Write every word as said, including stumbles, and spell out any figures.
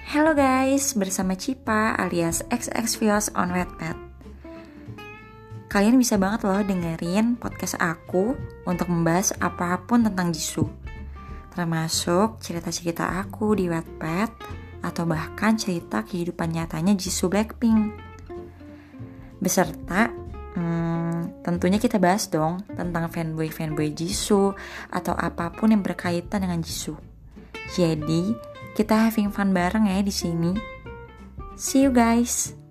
Halo guys, bersama Cipa alias X X Vios on Wattpad. Kalian bisa banget loh dengerin podcast aku untuk membahas apapun tentang Jisoo, termasuk cerita-cerita aku di Wattpad atau bahkan cerita kehidupan nyatanya Jisoo Blackpink. Beserta hmm, tentunya kita bahas dong tentang fanboy-fanboy Jisoo atau apapun yang berkaitan dengan Jisoo. Jadi kita having fun bareng ya di sini. See you guys.